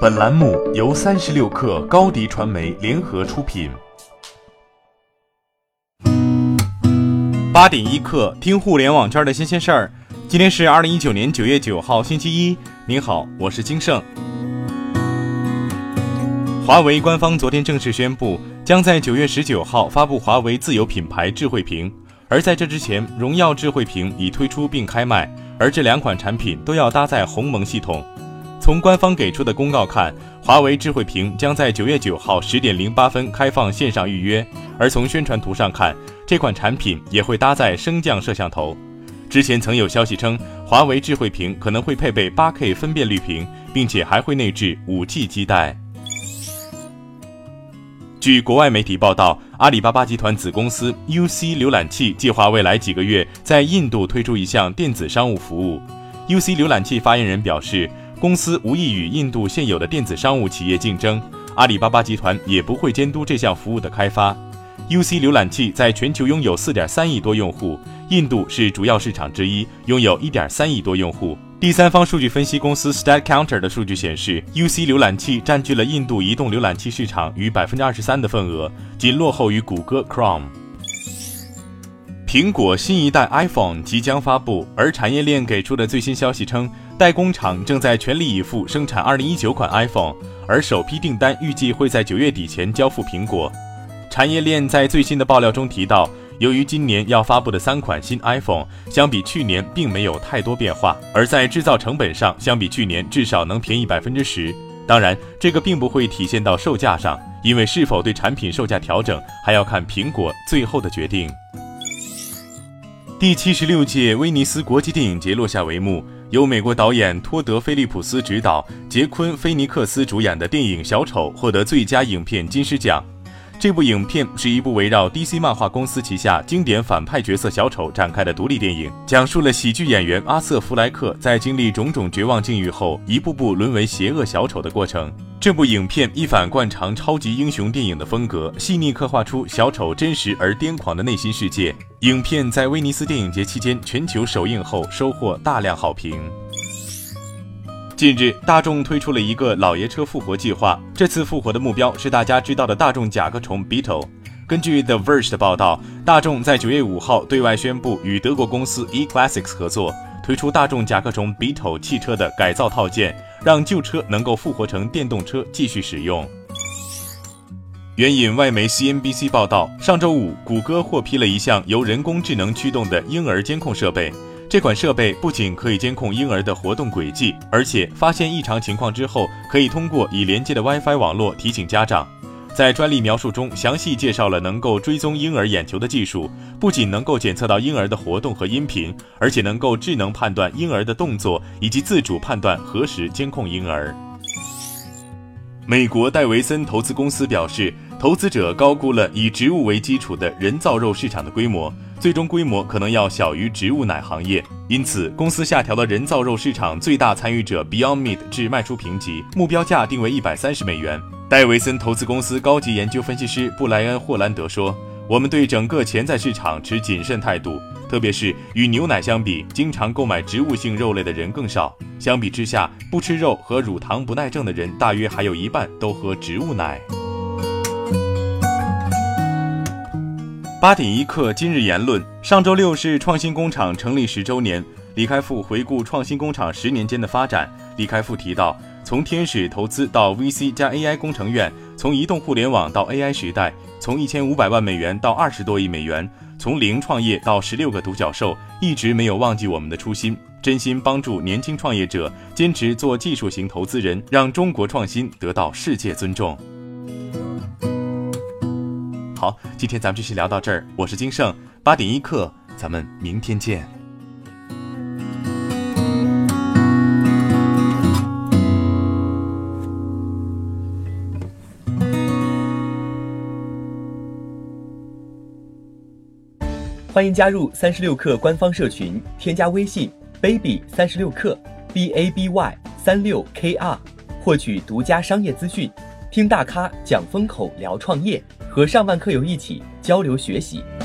本栏目由36氪高迪传媒联合出品。 8点1刻，听互联网圈的新鲜事儿。今天是2019年9月9号，星期一。您好，我是金盛。华为官方昨天正式宣布，将在9月19号发布华为自有品牌智慧屏。而在这之前，荣耀智慧屏已推出并开卖，而这两款产品都要搭载鸿蒙系统。从官方给出的公告看，华为智慧屏将在9月9号10点08分开放线上预约，而从宣传图上看，这款产品也会搭载升降摄像头。之前曾有消息称，华为智慧屏可能会配备 8K 分辨率屏，并且还会内置 5G 基带。据国外媒体报道，阿里巴巴集团子公司 UC 浏览器计划未来几个月在印度推出一项电子商务服务。UC 浏览器发言人表示，公司无意与印度现有的电子商务企业竞争，阿里巴巴集团也不会监督这项服务的开发。UC 浏览器在全球拥有 4.3 亿多用户，印度是主要市场之一，拥有 1.3 亿多用户。第三方数据分析公司 StatCounter 的数据显示， UC 浏览器占据了印度移动浏览器市场逾 23% 的份额，仅落后于谷歌 Chrome。苹果新一代 iPhone 即将发布，而产业链给出的最新消息称，代工厂正在全力以赴生产2019款 iPhone， 而首批订单预计会在9月底前交付苹果。产业链在最新的爆料中提到，由于今年要发布的3款新 iPhone 相比去年并没有太多变化，而在制造成本上相比去年至少能便宜 10%。 当然，这个并不会体现到售价上，因为是否对产品售价调整还要看苹果最后的决定。第76届威尼斯国际电影节落下帷幕，由美国导演托德·菲利普斯执导，杰昆·菲尼克斯主演的电影《小丑》获得最佳影片金狮奖。这部影片是一部围绕 DC 漫画公司旗下经典反派角色小丑展开的独立电影，讲述了喜剧演员阿瑟·弗莱克在经历种种绝望境遇后，一步步沦为邪恶小丑的过程。这部影片一反惯常超级英雄电影的风格，细腻刻画出小丑真实而癫狂的内心世界。影片在威尼斯电影节期间全球首映后收获大量好评。近日，大众推出了一个老爷车复活计划，这次复活的目标是大家知道的大众甲壳虫 Beetle。根据 The Verge 的报道，大众在9月5号对外宣布与德国公司 E-Classics 合作，推出大众甲壳虫 Beetle 汽车的改造套件，让旧车能够复活成电动车继续使用。援引外媒 CNBC 报道，上周五，谷歌获批了一项由人工智能驱动的婴儿监控设备。这款设备不仅可以监控婴儿的活动轨迹，而且发现异常情况之后，可以通过已连接的 WiFi 网络提醒家长。在专利描述中详细介绍了能够追踪婴儿眼球的技术，不仅能够检测到婴儿的活动和音频，而且能够智能判断婴儿的动作，以及自主判断何时监控婴儿。美国戴维森投资公司表示，投资者高估了以植物为基础的人造肉市场的规模，最终规模可能要小于植物奶行业，因此公司下调了人造肉市场最大参与者 Beyond Meat 至卖出评级，目标价定为$130。戴维森投资公司高级研究分析师布莱恩·霍兰德说，我们对整个潜在市场持谨慎态度，特别是与牛奶相比，经常购买植物性肉类的人更少，相比之下，不吃肉和乳糖不耐症的人大约还有一半都喝植物奶。8点1刻今日言论，上周六是创新工厂成立10周年，李开复回顾创新工厂10年间的发展。李开复提到，从天使投资到 VC 加 AI 工程院，从移动互联网到 AI 时代，从$1500万到20多亿美元，从零创业到16个独角兽，一直没有忘记我们的初心，真心帮助年轻创业者，坚持做技术型投资人，让中国创新得到世界尊重。好，今天咱们继续聊到这儿，我是金盛，8点1刻，咱们明天见。 欢迎加入36氪官方社群，添加微信 baby36氪 BABY36KR， 获取独家商业资讯，听大咖讲风口聊创业，和上万客友一起交流学习。